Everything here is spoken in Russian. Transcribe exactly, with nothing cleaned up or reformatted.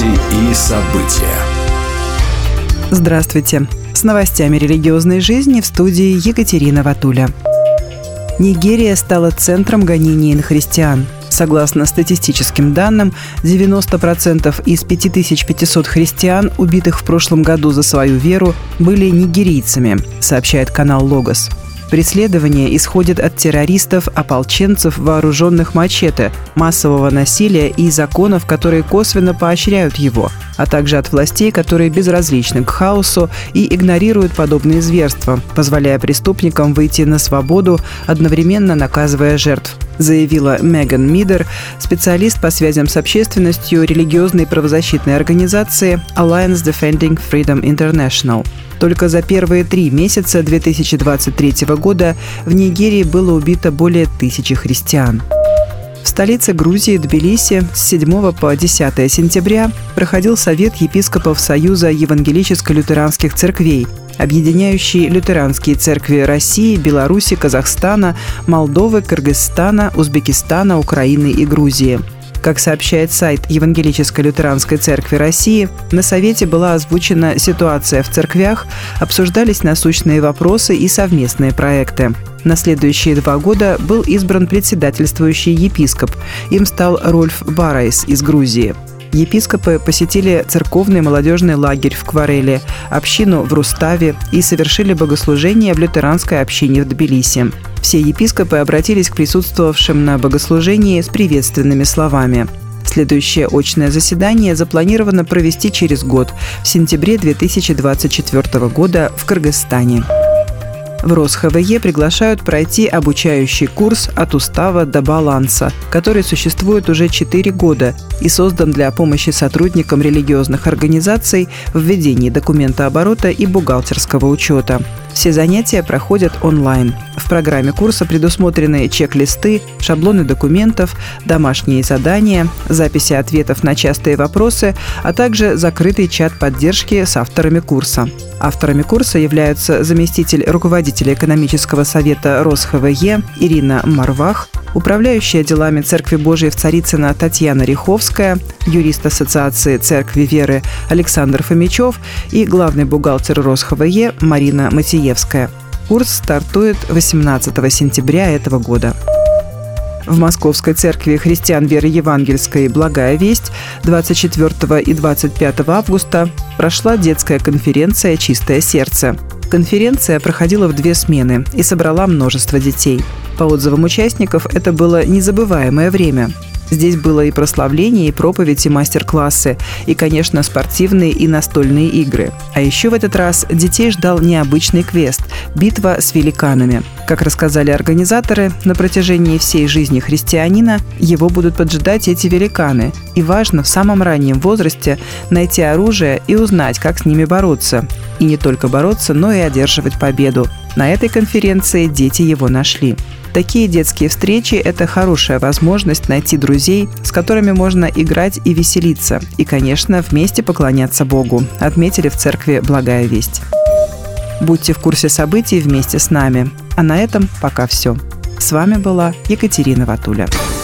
Новости и события. Здравствуйте. С новостями религиозной жизни в студии Екатерина Ватуля. Нигерия стала центром гонений на христиан. Согласно статистическим данным, девяносто процентов из пять тысяч пятисот христиан, убитых в прошлом году за свою веру, были нигерийцами, сообщает канал «Логос». Преследование исходит от террористов, ополченцев, вооруженных мачете, массового насилия и законов, которые косвенно поощряют его, а также от властей, которые безразличны к хаосу и игнорируют подобные зверства, позволяя преступникам выйти на свободу, одновременно наказывая жертв, заявила Меган Мидер, специалист по связям с общественностью религиозной правозащитной организации Alliance Defending Freedom International. Только за первые три месяца две тысячи двадцать третьего года в Нигерии было убито более тысячи христиан. В столице Грузии, Тбилиси, с седьмого по десятое сентября проходил Совет епископов Союза евангелическо-лютеранских церквей, объединяющий лютеранские церкви России, Беларуси, Казахстана, Молдовы, Кыргызстана, Узбекистана, Украины и Грузии. Как сообщает сайт Евангелическо-лютеранской церкви России, на Совете была озвучена ситуация в церквях, обсуждались насущные вопросы и совместные проекты. На следующие два года был избран председательствующий епископ. Им стал Рольф Барайс из Грузии. Епископы посетили церковный молодежный лагерь в Квареле, общину в Руставе и совершили богослужение в лютеранской общине в Тбилиси. Все епископы обратились к присутствовавшим на богослужении с приветственными словами. Следующее очное заседание запланировано провести через год, в сентябре две тысячи двадцать четвёртого года в Кыргызстане. В РосХВЕ приглашают пройти обучающий курс «От устава до баланса», который существует уже четыре года и создан для помощи сотрудникам религиозных организаций в ведении документооборота и бухгалтерского учета. Все занятия проходят онлайн. В программе курса предусмотрены чек-листы, шаблоны документов, домашние задания, записи ответов на частые вопросы, а также закрытый чат поддержки с авторами курса. Авторами курса являются заместитель руководителя экономического совета РосХВЕ Ирина Марвах, управляющая делами Церкви Божией в Царицыно Татьяна Риховская, юрист Ассоциации Церкви Веры Александр Фомичев и главный бухгалтер РосХВЕ Марина Матиевская. Курс стартует восемнадцатого сентября этого года. В Московской церкви христиан веры евангельской «Благая весть» двадцать четвёртого и двадцать пятого августа прошла детская конференция «Чистое сердце». Конференция проходила в две смены и собрала множество детей. По отзывам участников, это было незабываемое время. Здесь было и прославление, и проповедь, и мастер-классы, и, конечно, спортивные и настольные игры. А еще в этот раз детей ждал необычный квест – битва с великанами. Как рассказали организаторы, на протяжении всей жизни христианина его будут поджидать эти великаны. И важно в самом раннем возрасте найти оружие и узнать, как с ними бороться. И не только бороться, но и одерживать победу. На этой конференции дети его нашли. Такие детские встречи – это хорошая возможность найти друзей, с которыми можно играть и веселиться, и, конечно, вместе поклоняться Богу, отметили в церкви «Благая весть». Будьте в курсе событий вместе с нами. А на этом пока все. С вами была Екатерина Ватуля.